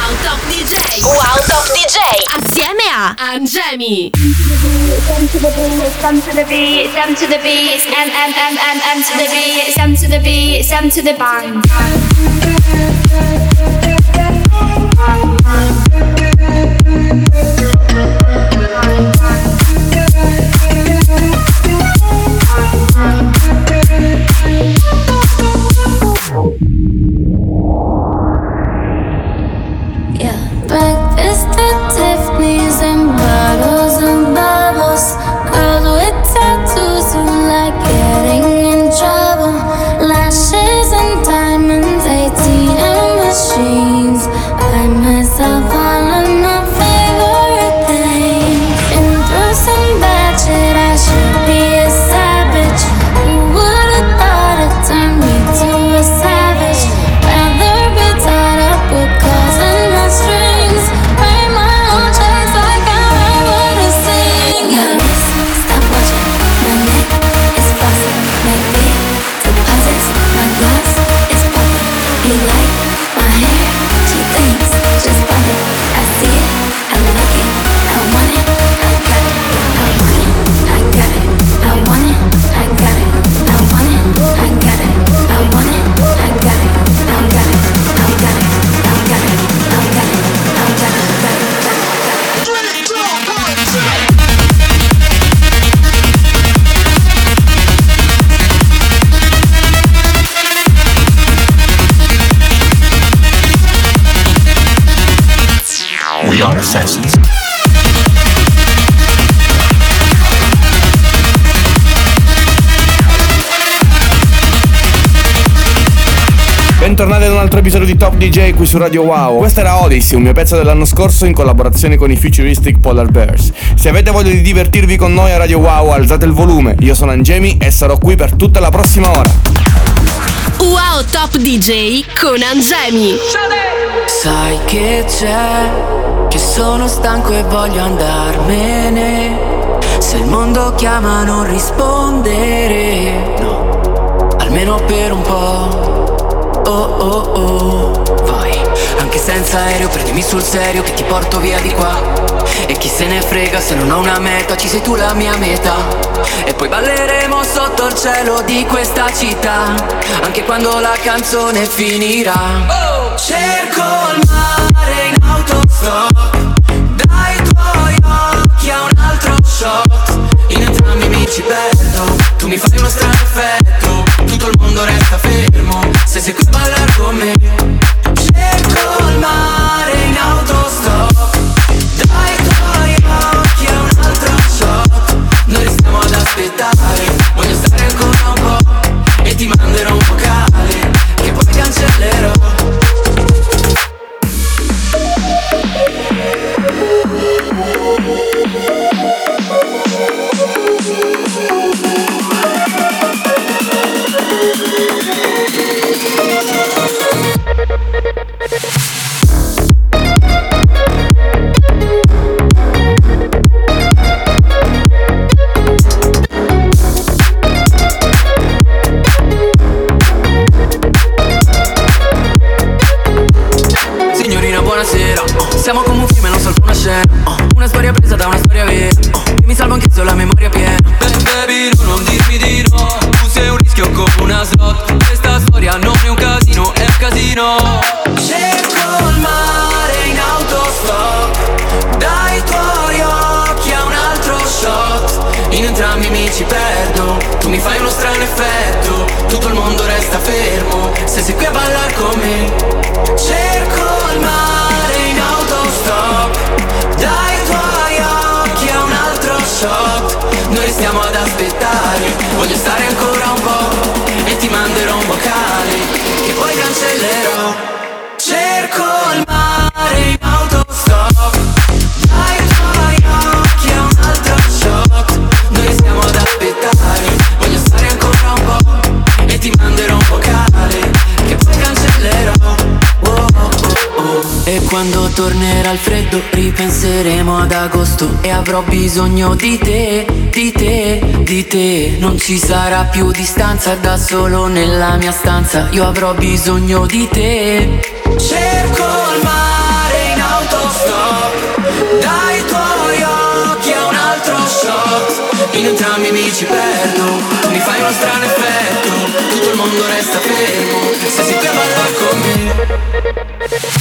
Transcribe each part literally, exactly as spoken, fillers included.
Wow Top D J. Wow Top D J. Assieme a Angemi. Some to the beat, some to the beat, some to the beat, and and and and and to the beat, some to the beat, some to the bang. Breakfast at Tiffany's and bottles and bubbles. Girls with tattoos who like getting in trouble. Lashes and diamonds, A T M machines. Buy myself all of my favorite things. Been through some bad shit, I should be a savage. Who would've thought it turned me to a savage? Rather be tied up with calls and my strings. Write my own checks like I write what I sing. My wrist, stop watching. My neck is flossy. Make big deposits. My gloss is popping. He like my hair. She thinks just bought it. I see it. I like it. I want it. I got it. I want it. I got it. I want it. I got it. I want it. I got it. I want it. I got it. I got it. I got it. I got it. I got it. I got it. We are assassins. Bentornati ad un altro episodio di Top D J qui su Radio Wow. Questa era Odyssey, un mio pezzo dell'anno scorso in collaborazione con i Futuristic Polar Bears. Se avete voglia di divertirvi con noi a Radio Wow, alzate il volume. Io sono Angemi e sarò qui per tutta la prossima ora. Wow Top D J con Angemi. Sai che c'è, che sono stanco e voglio andarmene. Se il mondo chiama non rispondere, no, almeno per un po'. Oh oh oh, vai, anche senza aereo prendimi sul serio che ti porto via di qua. E chi se ne frega se non ho una meta, ci sei tu la mia meta. E poi balleremo sotto il cielo di questa città, anche quando la canzone finirà. Oh! Cerco il mare in autostop, dai tuoi occhi a un altro shot. In entrambi mi ci perdo, tu mi fai uno strano effetto. Tutto il mondo resta fermo, se sei qui a ballare con me. Cerco il mare in autostop, dai tuoi occhi a un altro shot. Noi restiamo ad aspettare, voglio stare ancora un po'. E ti manderò un vocale, che poi cancellerò. Signorina buonasera, oh, siamo come un film e non salvo una scena, oh, una storia presa da una storia vera, oh, che mi salvo anche se ho la memoria piena. Baby, baby, no, non dirmi di no, tu sei un rischio come una slot. Questa storia non è un casino, è un casino. Cerco il mare in autostop, dai tuoi occhi a un altro shot. In entrambi mi ci perdo, tu mi fai uno strano effetto. Tutto il mondo resta fermo, se sei qui a ballare con me. Cerco il mare in autostop, dai tuoi occhi a un altro shot. Noi restiamo ad aspettare, voglio stare ancora un po'. E ti manderò un vocale, che poi cancellerò. Cerco il mare in autostop, dai tuoi occhi a un altro shot. Noi restiamo ad aspettare, voglio stare ancora un po'. E ti manderò un vocale, che poi cancellerò. Oh, oh, oh, oh. E quando tornerà il freddo ripenseremo ad agosto. E avrò bisogno di te, di te, di te. Non ci sarà più distanza, da solo nella mia stanza. Io avrò bisogno di te. Cerco il mare in entrambi mi ci perdo. Tu mi fai uno strano effetto, tutto il mondo resta fermo se si ferma là con me.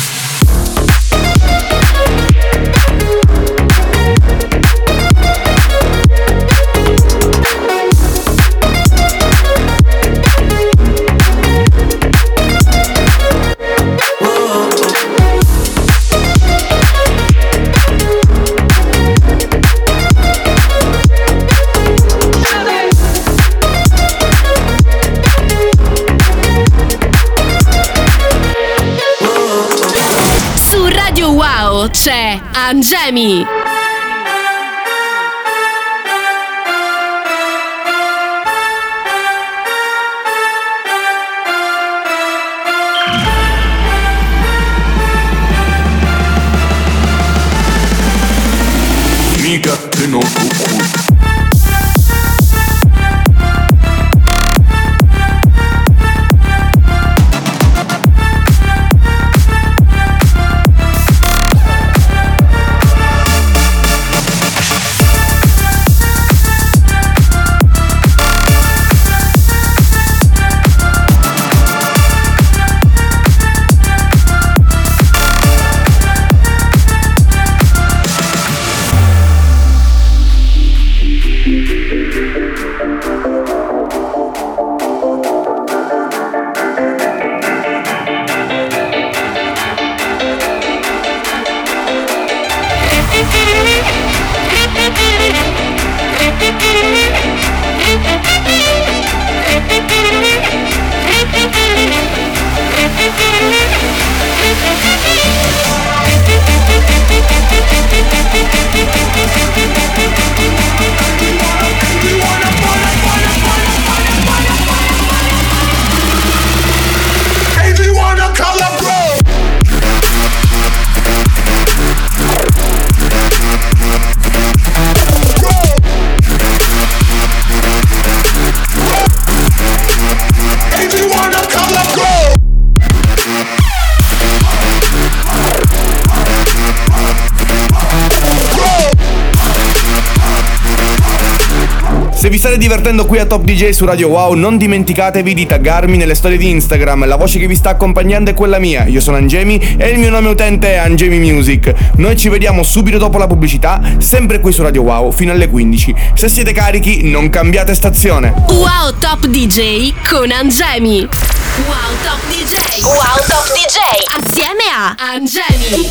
C'è Angemi. Mica te no cucu. Se vi state divertendo qui a Top D J su Radio Wow, non dimenticatevi di taggarmi nelle storie di Instagram. La voce che vi sta accompagnando è quella mia. Io sono Angemi e il mio nome utente è Angemi Music. Noi ci vediamo subito dopo la pubblicità, sempre qui su Radio Wow, fino alle quindici. Se siete carichi, non cambiate stazione. Wow Top D J con Angemi. Wow Top D J. Wow Top D J. Assieme a Angemi.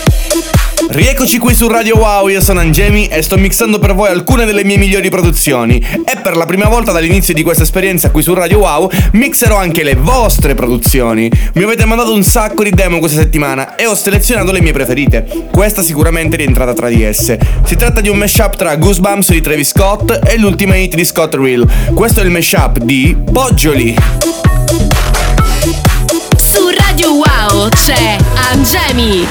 Rieccoci qui su Radio Wow, io sono Angemi e sto mixando per voi alcune delle mie migliori produzioni. E per la prima volta dall'inizio di questa esperienza qui su Radio Wow mixerò anche le vostre produzioni. Mi avete mandato un sacco di demo questa settimana e ho selezionato le mie preferite. Questa sicuramente è rientrata tra di esse. Si tratta di un mashup tra Goosebumps di Travis Scott e l'ultima hit di Scott Real. Questo è il mashup di Poggioli. Su Radio Wow c'è Angemi.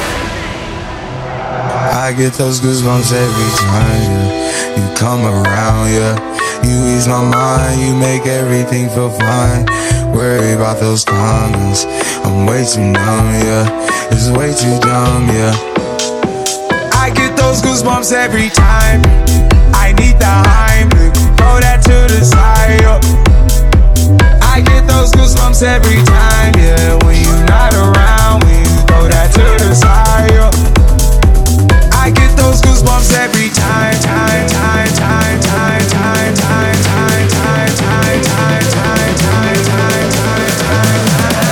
I get those goosebumps every time, yeah. You come around, yeah. You ease my mind, you make everything feel fine. Worry about those comments, I'm way too numb, yeah. It's way too dumb, yeah. I get those goosebumps every time. I need the Heimlich, throw that to the side, yeah. I get those goosebumps every time, yeah. When you're not around, when you throw that to the side, yeah. I get those goosebumps every time, time, time, time, time, time, time, time, time, time, time, time, time, time, time,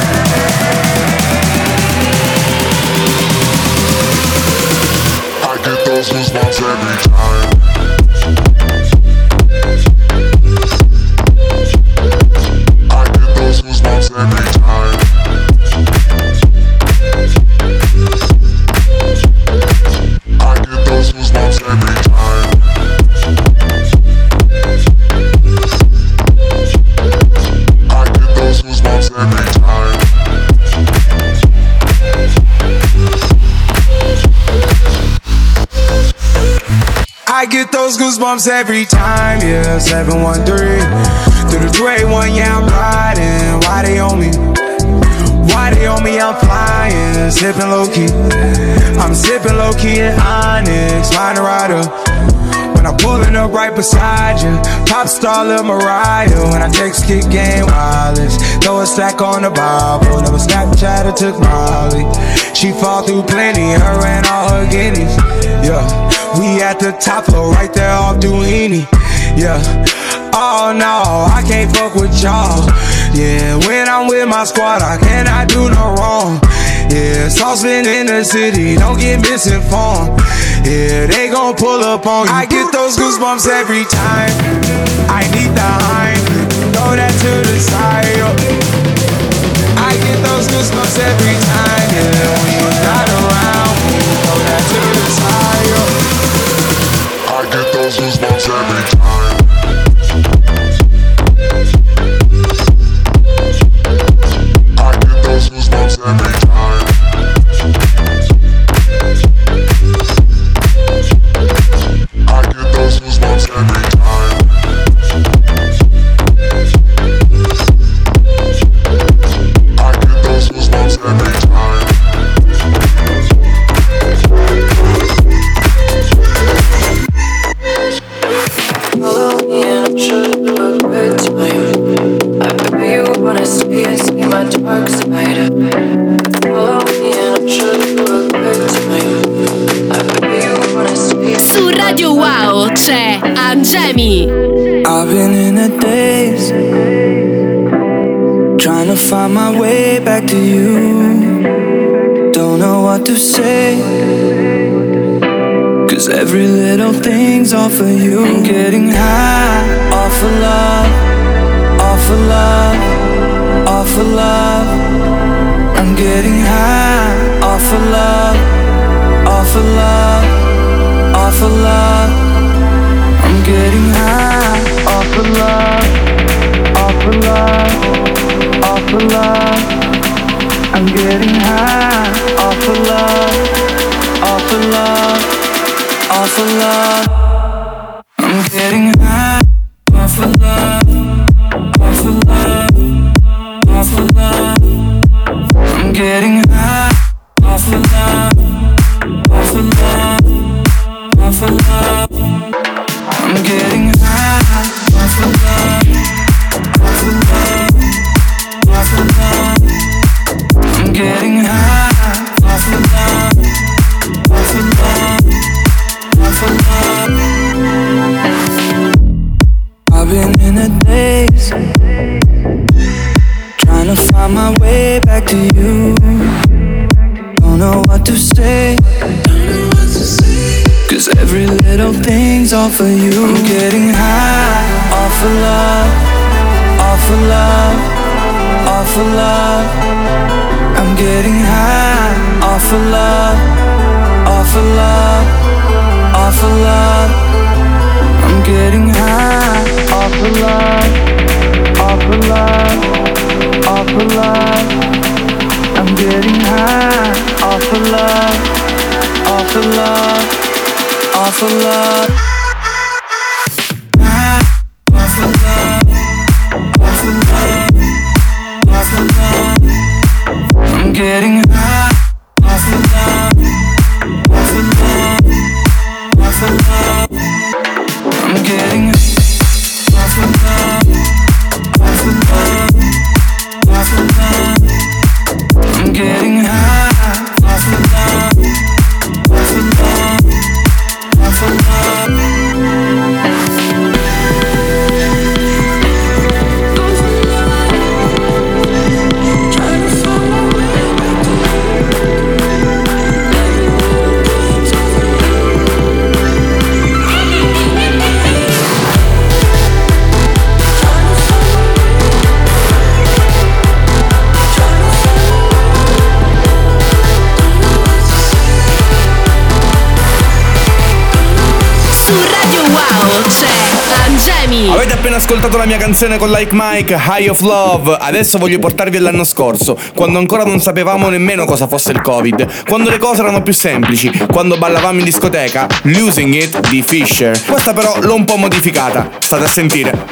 time. I get those goosebumps every time. I get those goosebumps every time. I get those goosebumps every time, yeah, seven one three through the two eight one, yeah, I'm riding. Why they on me? Why they on me? I'm flying, sipping low-key. I'm sipping low-key in Onyx, find a rider. when I'm pulling up right beside you. Pop star Lil Mariah, when I text kick game wireless. Throw a stack on the Bible, never Snapchat or took Molly. She fall through plenty, her and all her guineas. Yeah, we at the top floor, right there off Duini. Yeah, oh no, I can't fuck with y'all. Yeah, when I'm with my squad, I cannot do no wrong. Yeah, saucepan in the city, don't get misinformed. Yeah, they gon' pull up on you. I get those goosebumps every time. I need the Heim, throw that to the side. Yo. I get those goosebumps every time. Yeah, when you're not around, throw that to the side. Yo. I get those goosebumps every time. I get those goosebumps every time. Su Radio Wow c'è Angemi. I've been in a daze, trying to find my way back to you. Don't know what to say, cause every little thing's all for you. I'm getting high off of love, off of love, off of love. I'm getting high off of love, off of love, off of love. I'm getting high off of love, off of love, off of love. I'm getting high off of love, off of love, off of love. I'm getting high off of love, off of love, off of love. I'm getting high off of love, off of love, off of love. I'm getting high off of love, off of love, off of love. I'm getting high off of love, off of love, off of love. I've been in a daze, trying to find my way back to you. Don't know what to say, cause every little thing's all for you. I'm getting high off of love, off of love, off of love. I'm getting high off of love, off of love, off of love. I'm getting high off of love, off of love, off of love. I'm getting high off of love, off of love, off of love. High off of love, off of love, off of love. I'm getting high off of love, off of love, off of love. I'm getting off of love, off of love, off of love. I'm getting high off of love, off of love, off of love. Trying to find my way back to c'è Angemi. Avete appena ascoltato la mia canzone con Like Mike, High of Love. Adesso voglio portarvi all'anno scorso, quando ancora non sapevamo nemmeno cosa fosse il Covid, quando le cose erano più semplici, quando ballavamo in discoteca, Losing It di Fisher. Questa però l'ho un po' modificata, state a sentire.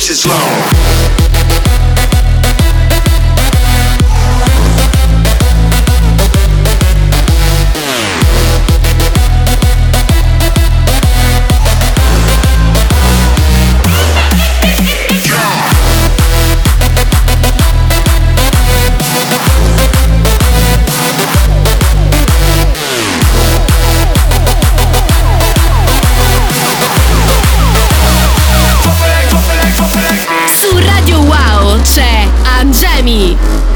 witches long. C'è Angemi.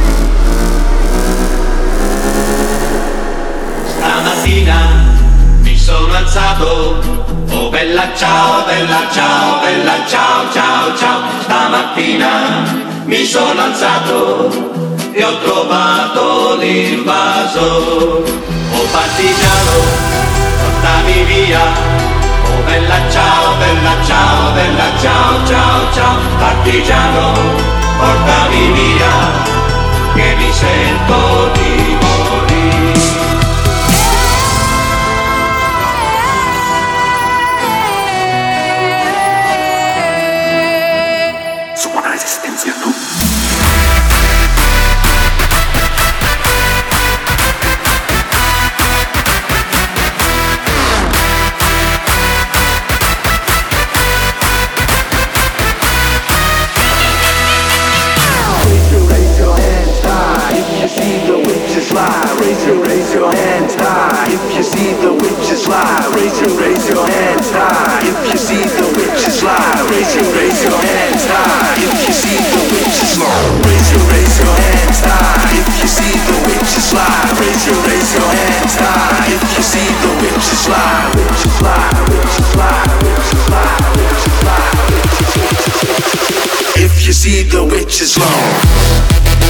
Stamattina mi sono alzato, oh bella ciao, bella ciao, bella ciao, ciao, ciao. Stamattina mi sono alzato e ho trovato l'invaso. Oh partigiano, portami via. Oh bella ciao, bella ciao, bella ciao, ciao, ciao. Partigiano, portami via, che mi sento di morire. Suona resistencia tu. Raise your, raise your hands high. If you see the witches lie, raise your, raise your hands high. If you see the witches lie, raise your, raise your hands high. If you see the witches lie, raise your, raise your hands high. If you see the witches lie, raise your, raise your hands high. If you see the witches lie, witches lie, witches lie, witches lie, witches lie, witches lie. If you see the witches lie.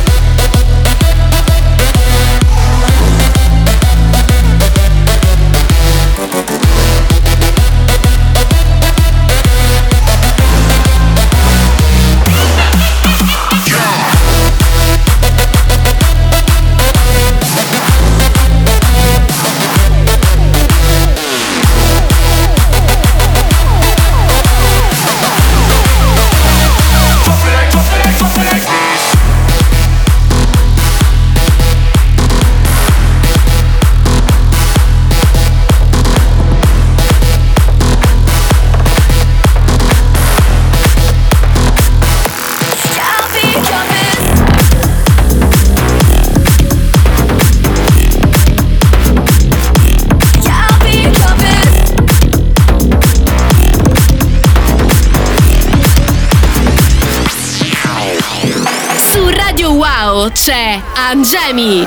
C'è Angemi.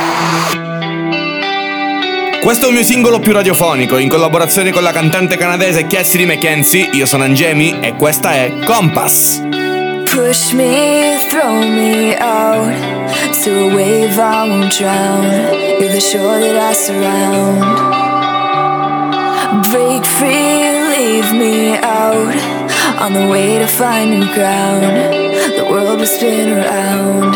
Questo è un mio singolo più radiofonico in collaborazione con la cantante canadese Cassidy McKenzie. Io sono Angemi e questa è Compass. Push me, throw me out to a wave I won't drown. You're the shore that I surround. Break free, leave me out on the way to find new ground. The world will spin around.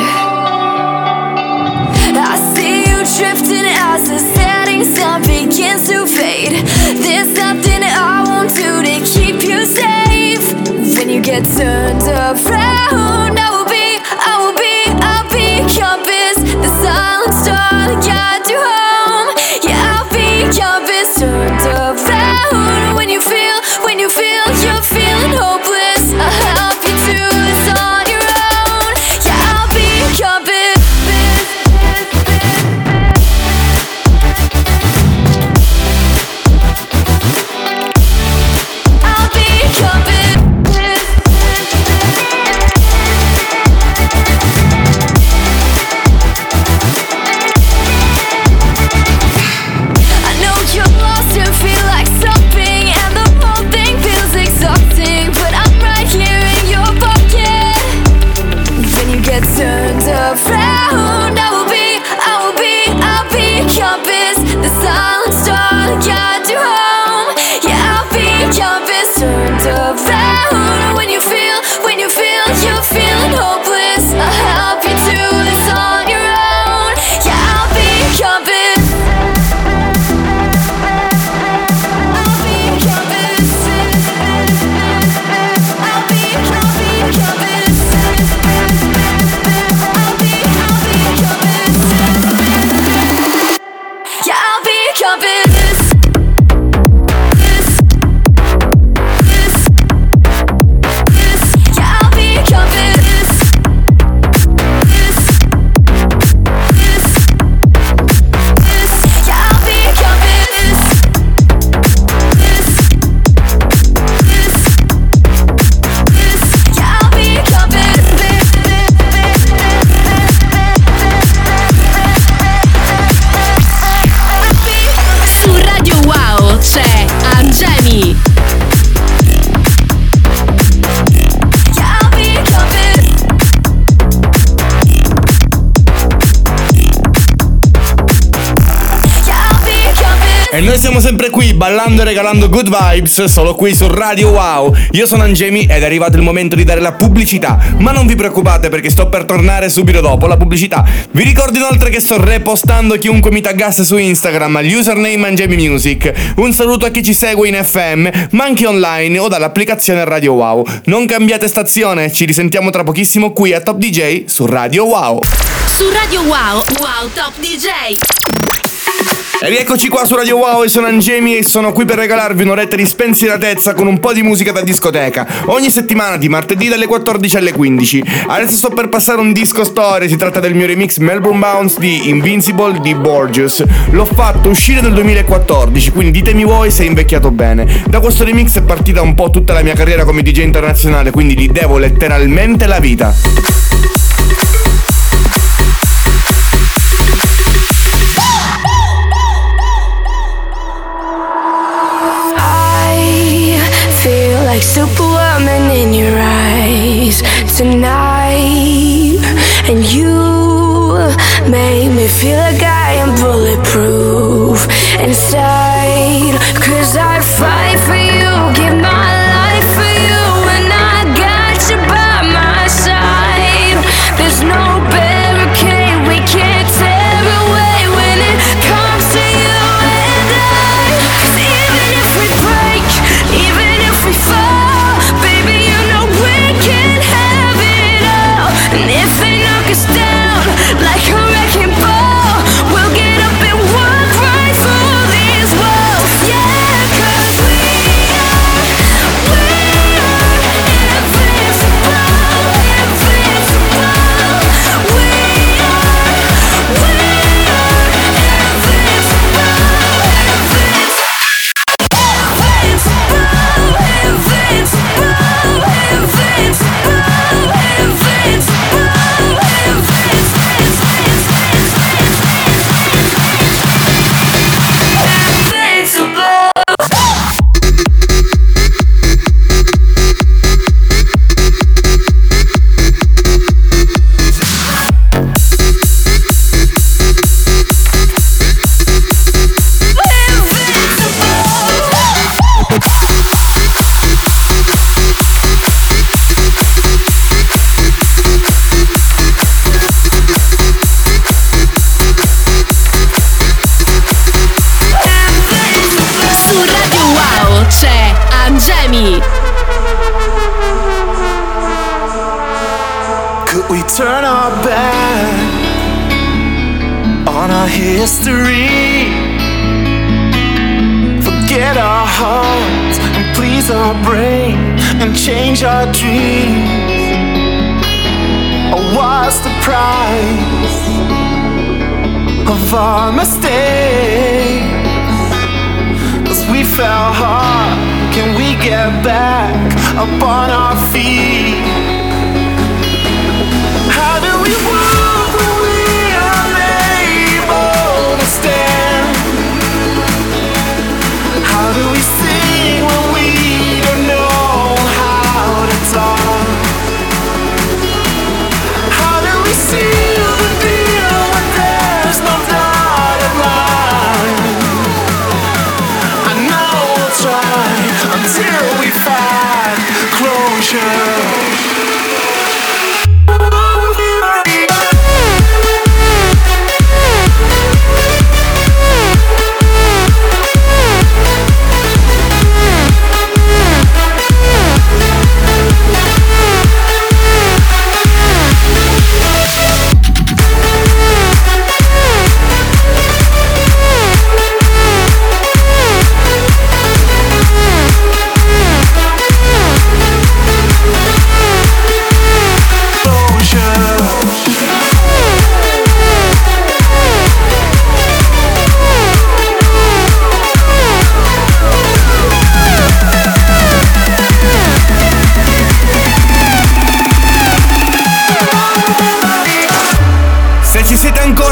Drifting as the setting sun begins to fade. There's nothing I won't do to keep you safe. When you get turned around, I will be, I will be, I'll be compass. The silent star that guides you home. Yeah, I'll be compass. Turned around when you feel, when you feel you're feeling hopeless. I'll help you do this on your own. Yeah, I'll be compass. I'll be compass. E noi siamo sempre qui ballando e regalando good vibes solo qui su Radio Wow. Io sono Angemi ed è arrivato il momento di dare la pubblicità, ma non vi preoccupate perché sto per tornare subito dopo la pubblicità. Vi ricordo inoltre che sto repostando chiunque mi taggasse su Instagram al username Angemi Music. Un saluto a chi ci segue in F M ma anche online o dall'applicazione Radio Wow. Non cambiate stazione, ci risentiamo tra pochissimo qui a Top D J su Radio Wow. Su Radio Wow, Wow Top D J. E rieccoci qua su Radio Wow, io sono Angemi e sono qui per regalarvi un'oretta di spensieratezza con un po' di musica da discoteca. Ogni settimana di martedì dalle quattordici alle quindici. Adesso sto per passare un disco story, si tratta del mio remix Melbourne Bounce di Invincible di Borges. L'ho fatto uscire nel duemilaquattordici, quindi ditemi voi se è invecchiato bene. Da questo remix è partita un po' tutta la mia carriera come D J internazionale, quindi gli devo letteralmente la vita. Like superwoman in your eyes tonight, and you made me feel like I am bulletproof inside. Cause I'd fight for you, give my life for you, and I got you by my side. There's no barricade we can't tear away when it comes to you and I. Cause even if we break, even if we fall, like a wrecking ball, we'll get up and walk right through these walls. Yeah, cause we are, we are invincible, invincible. We are, we are invincible, invincible, invincible, invincible, invincible. Could we turn our back on our history? Forget our hearts and please our brain and change our dreams. Or what's the price of our mistakes? Cause we fell hard, can we get back up on our feet? How do we walk when we are unable to stand? How do we sing when we don't know how to talk? How do we seal the deal when there's no dotted line? I know we'll try until we find closure.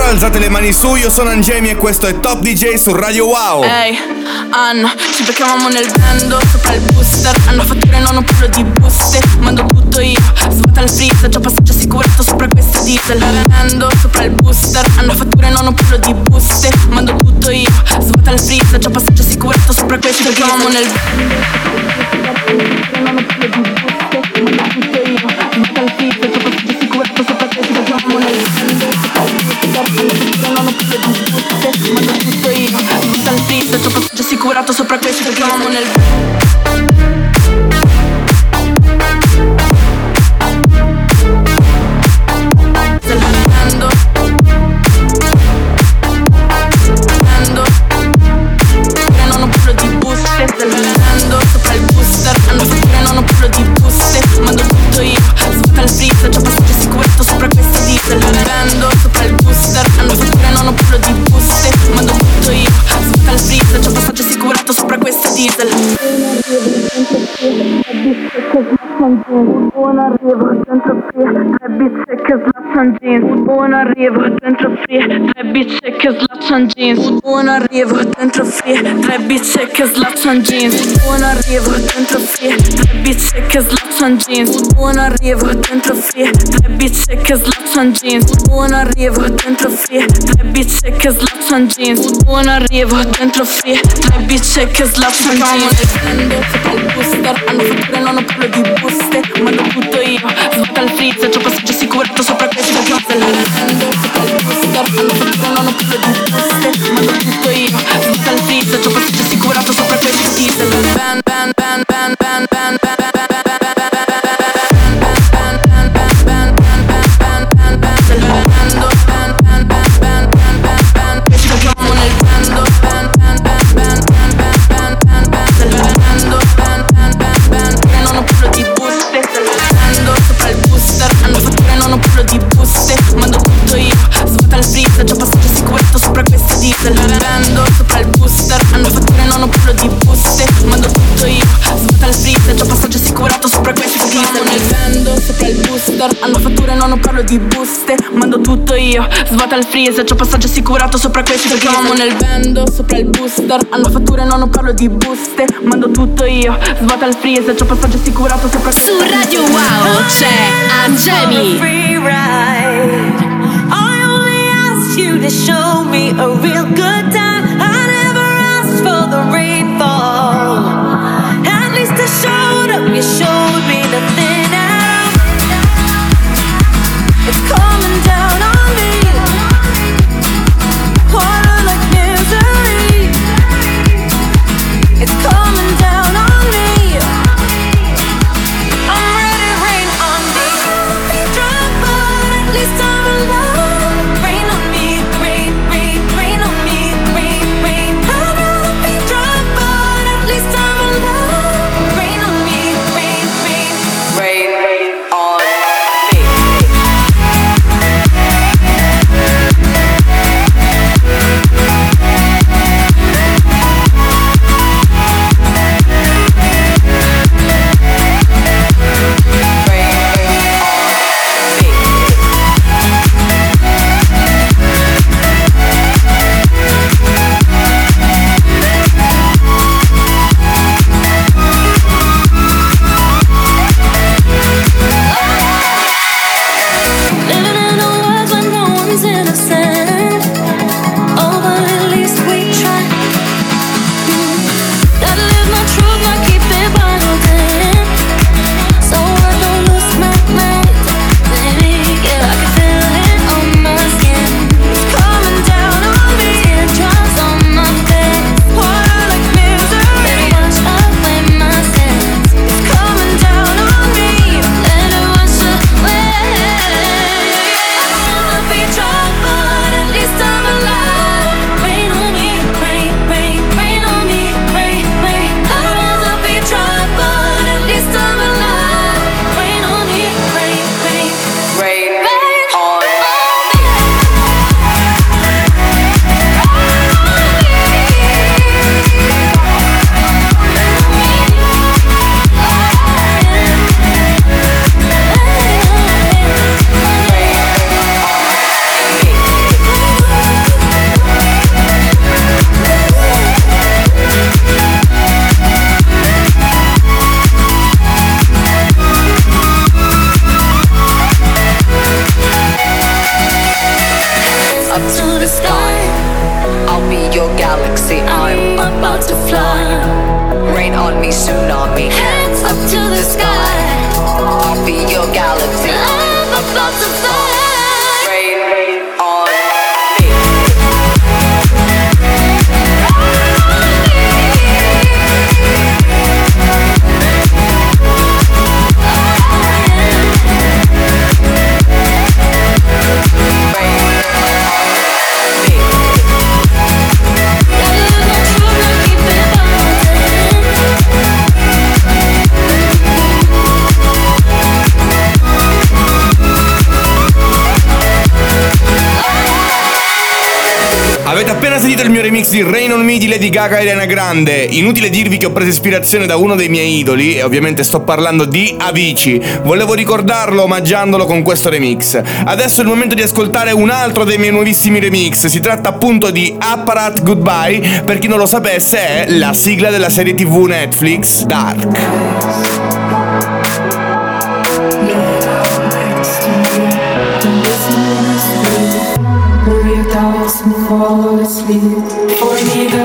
alzate le mani su, io sono Angemi e questo è Top D J su Radio Wow. Ehi, hey, Anna, ci beccavamo nel vendo sopra il booster. Hanno fatture, non un puro di buste. Mando tutto io, svuota il freezer, già passaggio assicurato sopra questa diesel. Vendo sopra il booster. Hanno fatture, non un puro di buste. Mando tutto io, svuota il freezer, già passaggio assicurato sopra questa diesel. Ci beccavamo nel non un puro di buste. Mando tutto io, svuota il freezer, già passaggio assicurato sopra questa diesel. Ci beccavamo nel non un puro di buste. Mando tutto io, svuota il freezer, già passaggio assicurato sopra questa diesel. Ci beccavamo nel sopra il booster. Hanno fatture, non un puro di buste. Mando tutto io, svuota il freezer, già passaggio assicurato sopra questa diesel. Vendo sopra il booster. Hanno fatture, non un puro di buste. Mando tutto io, svuota il freezer, già passaggio assicurato sopra questa diesel. Buon arrivo, dentro free, tre bizze che slaccian jeans. Buon arrivo, dentro free, tre bizze che slaccian jeans. Buon arrivo, dentro free, tre bizze che slaccian jeans. Buon arrivo, dentro free, tre bizze che slaccian jeans. Buon arrivo, dentro free, tre bizze che slaccian jeans. Buon arrivo, dentro free, tre bizze che slaccian jeans. Buon arrivo, dentro free, tre bizze che slaccian jeans. Vendo sopra il booster. Hanno fatture, non ho parlo di buste. Mando tutto io, svuota il freezer, c'ho passaggio assicurato sopra questa diesel. Vendo sopra il booster. Hanno fatture, non ho parlo di buste. Mando tutto io, svuota il freezer, c'ho passaggio assicurato sopra questa diesel. Ban ban ban ban ban ban ban già passaggio assicurato sopra questa diesel. Vendo sopra il booster. Hanno fatture, non ho parlo di buste. Mando tutto io, svuota il freezer, già passaggio assicurato sopra questa diesel. Nel vendo sopra il booster. Hanno fatture, non ho parlo di buste. Mando tutto io, svuota il freezer, già passaggio assicurato sopra questa diesel. Siamo nel vendo sopra il booster. Hanno fatture, non ho parlo di buste. Mando tutto io, svuota il freezer, già passaggio assicurato sopra questa diesel. Su Radio Wow c'è Angemi. You to show me a real good time. I never asked for the rainfall. At least I showed up. You showed me the thin out. It's coming down on me. Water like misery. It's coming down on me. I'm ready, rain on me. Drop, but at least I'm alive. Rain on me. about to fly. Rain on me, tsunami, Hands up to the sky. I'll be your galaxy. I'm about to fly. Rain, rain on me. Avete appena sentito il mio remix di Rain on Me di Lady Gaga e Ariana Grande. Inutile dirvi che ho preso ispirazione da uno dei miei idoli, e ovviamente sto parlando di Avicii. Volevo ricordarlo omaggiandolo con questo remix. Adesso è il momento di ascoltare un altro dei miei nuovissimi remix. Si tratta appunto di Apparat Goodbye. Per chi non lo sapesse, è la sigla della serie tivù Netflix Dark. And fall asleep for neither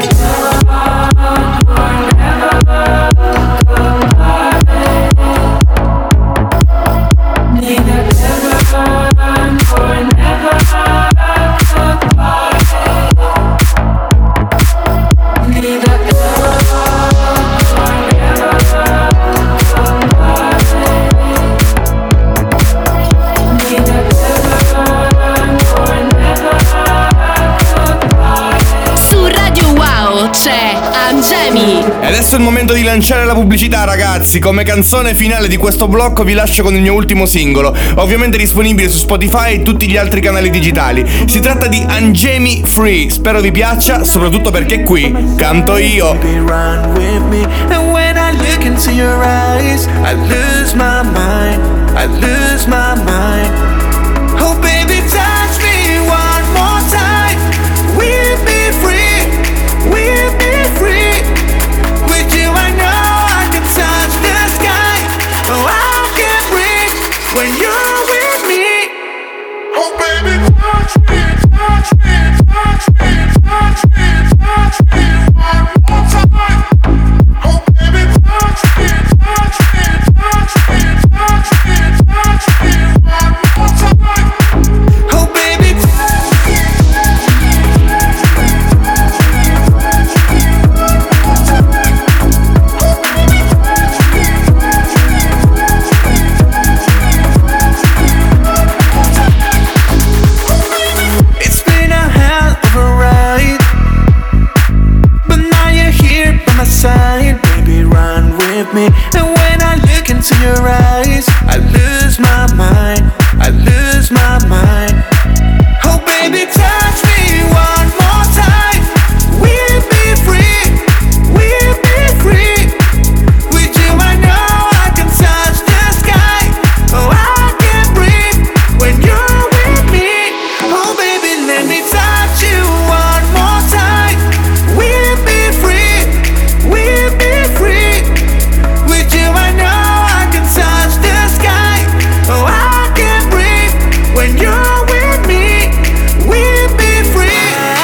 E adesso è il momento di lanciare la pubblicità, ragazzi. Come canzone finale di questo blocco vi lascio con il mio ultimo singolo, ovviamente disponibile su Spotify e tutti gli altri canali digitali. Si tratta di Angemi Free. Spero vi piaccia, soprattutto perché qui canto io. And when I look into your eyes, I lose my mind, I lose my mind. Oh baby, touch me one more time. We'll be free, we'll be free. With you I know I can touch the sky. Oh, I can breathe when you're with me. Oh baby, touch me, touch me, touch me, touch me, touch me one more time. Oh baby, touch me, touch me, touch me, touch me, touch me one more time. Oh baby, touch me. It's been a hell of a ride, but now you're here by my side. Baby, run with me. And when I look into your eyes, I lose my mind, I lose my mind. Oh baby, touch me one more time. We'll be free, we'll be free. With you I know I can touch the sky. Oh, I can breathe when you're with me. Oh baby, let me touch you one more time. We'll be free, we'll be free. With you I know I can touch the sky. Oh, I can breathe when you're with me. We'll be free.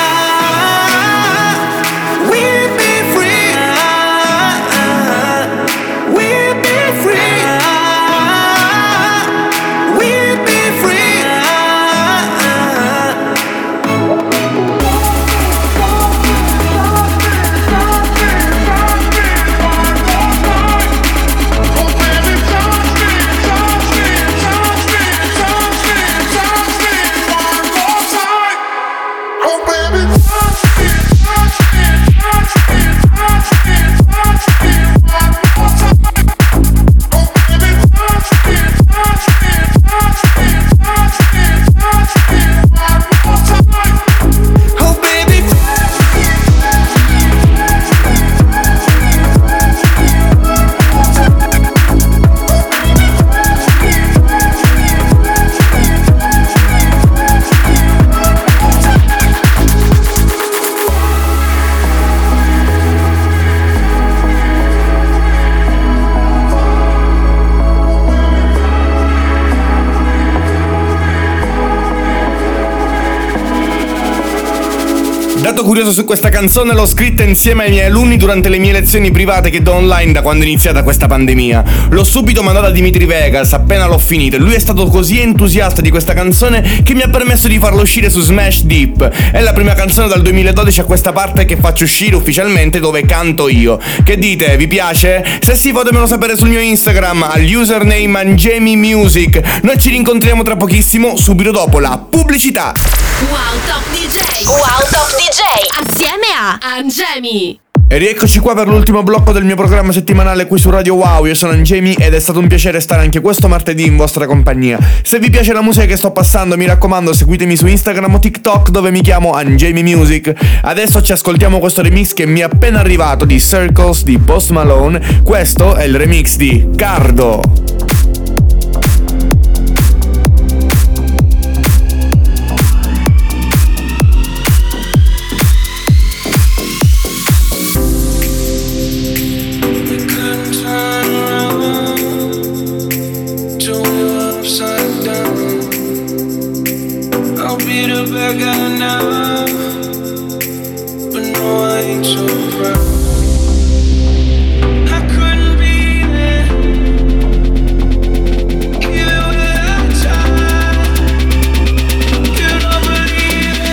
curioso su questa canzone l'ho scritta insieme ai miei alunni durante le mie lezioni private che do online da quando è iniziata questa pandemia. L'ho subito mandata a Dimitri Vegas appena l'ho finito e lui è stato così entusiasta di questa canzone che mi ha permesso di farla uscire su Smash Deep. È la prima canzone dal duemiladodici a questa parte che faccio uscire ufficialmente, dove canto io. Che dite? Vi piace? Se sì, fatemelo sapere sul mio Instagram al username Angemi Music. Noi ci rincontriamo tra pochissimo, subito dopo la pubblicità. Wow Top D J, Wow Top D J, assieme a Angemi. E rieccoci qua per l'ultimo blocco del mio programma settimanale qui su Radio Wow. Io sono Angemi ed è stato un piacere stare anche questo martedì in vostra compagnia. Se vi piace la musica che sto passando, mi raccomando, seguitemi su Instagram o TikTok, dove mi chiamo Angemi Music. Adesso ci ascoltiamo questo remix che mi è appena arrivato di Circles di Post Malone. Questo è il remix di Cardo. I got now, but no, I ain't so proud. I couldn't be there, even when I tried. You don't believe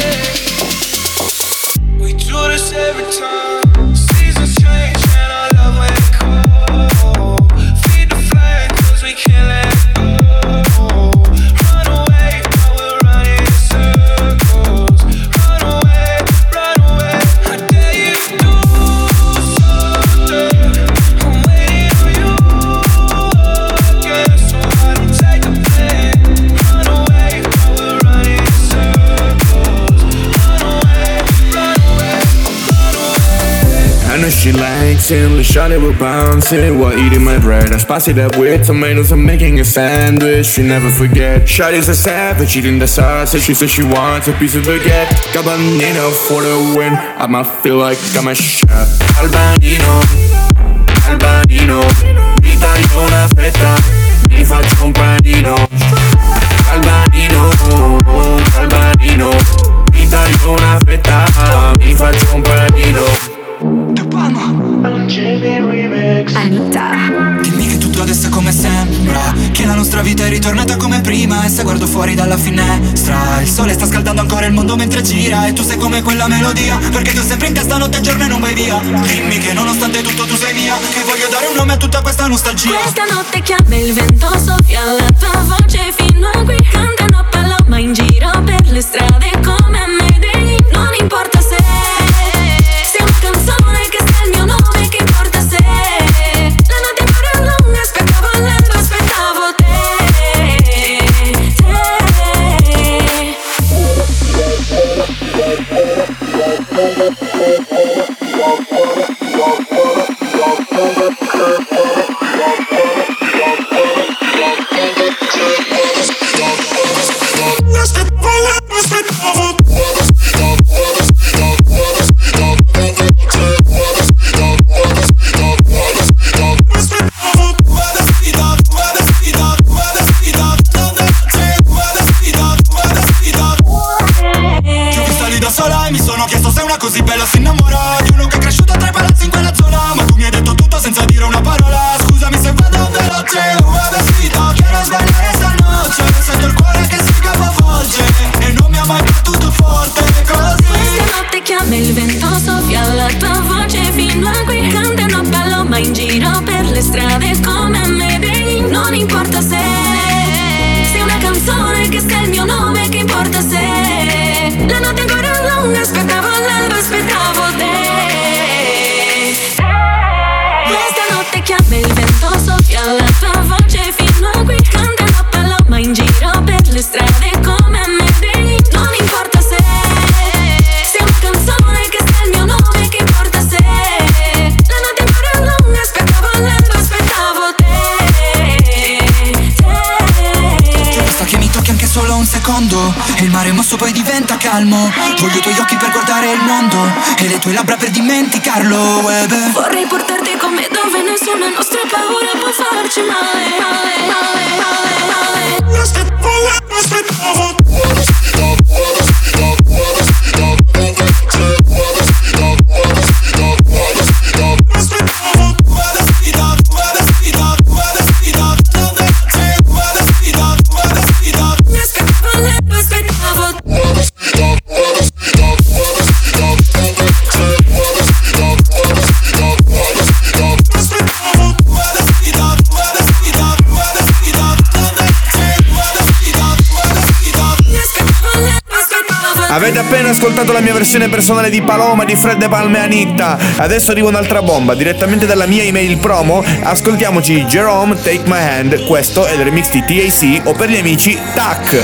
it. We do this every time. Seasons change and I love when it cold. Feed the flame 'cause we can't let it go. Run away while we're running in circles. Run away, run away. I dare you to do something. I'm waiting on you again, so I don't take the blame. Run away while we're running in circles. Run away, run away, run away. I know she likes it, the shawty we're bouncing while eating my bread. I spice it up with tomatoes, I'm making a sandwich. She never forget. Shawty's a savage, eating the sausage. She says she wants a piece of baguette. Cabanino for the win. I might feel like I'm a chef. Albanino, Albanino, mi taglio una fetta, mi faccio un panino. Albanino, Albanino, mi taglio una fetta, mi faccio un panino. Anita. Dimmi che tutto adesso è come sembra, che la nostra vita è ritornata come prima. E se guardo fuori dalla finestra, il sole sta scaldando ancora il mondo mentre gira. E tu sei come quella melodia, perché tu sempre in testa notte e giorno e non vai via. Dimmi che nonostante tutto tu sei mia, che voglio dare un nome a tutta questa nostalgia. Questa notte chiama il vento, soffia la tua voce fino a qui. Cantano paloma in giro per le strade come a Medellin. Non importa se sei una canzone che sta il mio nome, che importa se la notte ancora lunga, aspettavo l'alba, aspettavo te, sola e mi sono chiesto se una così bella si innamora di uno che è cresciuto tra i palazzi in quella zona. Ma tu mi hai detto tutto senza dire una parola. Scusami se vado veloce, una vestita, quiero sbagliare stanotte. Sento il cuore che si capovolge e non mi ha mai battuto forte così. Questa notte chiama il vento, soffia la tua voce fino a qui. Cantano paloma in giro per le strade come a Medellin. Non importa se sei una canzone che sta il mio nome, che importa se la notte ancora lunga, aspettavo l'alba, aspettavo te. Questa notte chiama il vento, soffia la tua voce fino a qui. Cantano paloma in giro per le strade come a Medellin. Non importa se sei una canzone che sta il mio nome, che importa se la notte ancora lunga, aspettavo l'alba, aspettavo te, te. C'è questa che mi tocchi anche solo un secondo e il mare mosso poi diventa calmo. Voglio i tuoi occhi per guardare il mondo e le tue labbra per dimenticarlo. Webe. Vorrei portarti con me dove nessuna nostra paura può farci male, male, male, male, male. Aspettavo, aspettavo. Avete appena ascoltato la mia versione personale di Paloma di Fred De Palma e Anitta. Adesso arriva un'altra bomba, direttamente dalla mia email promo. Ascoltiamoci Jerome, Take My Hand. Questo è il remix di T A C, o per gli amici Tac.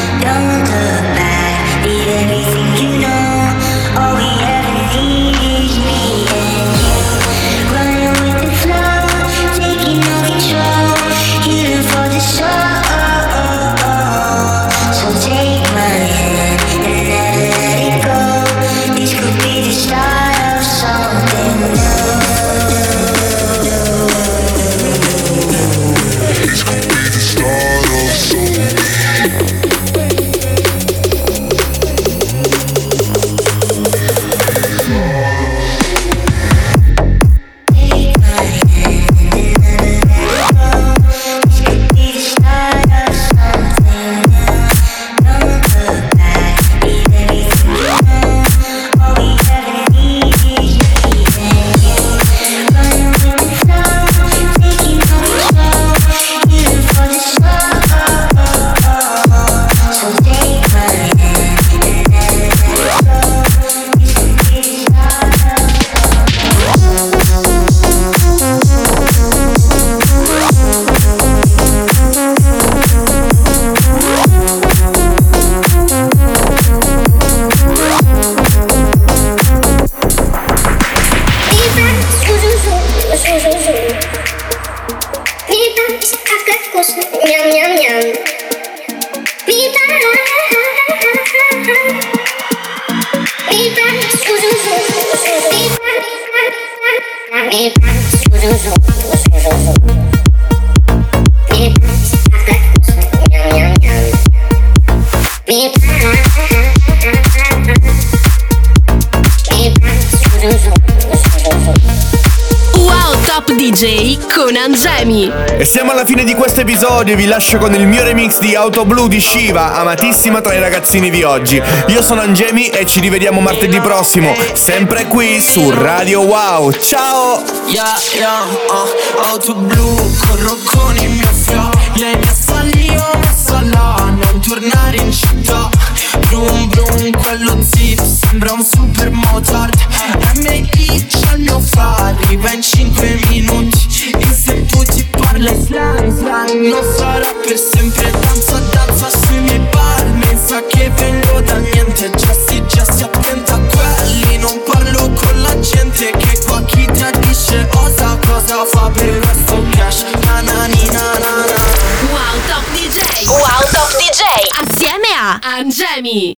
D J con Angemi. E siamo alla fine di questo episodio. Vi lascio con il mio remix di Auto Blu di Shiva, amatissima tra i ragazzini di oggi. Io sono Angemi e ci rivediamo martedì prossimo, sempre qui su Radio Wow. Ciao! Yeah, yeah, uh, Auto Blu, corro con il mio flow. Lei mi assali, io mi assala, non tornare in città. Brum brum, quello zip sembra un super motard. M I c'ha il mio fa, arriva in cinque minuti. E se tu ti parla slang, slang non sarà per sempre. Danza, danza sui miei palmi, sa che vengo da niente. Giassi, giassi, attenta a quelli, non parlo con la gente. Che qua chi tradisce osa, cosa fa per questo cash. Na na ni na na na. Wow Top D J. Wow Top D J assieme a Angemi.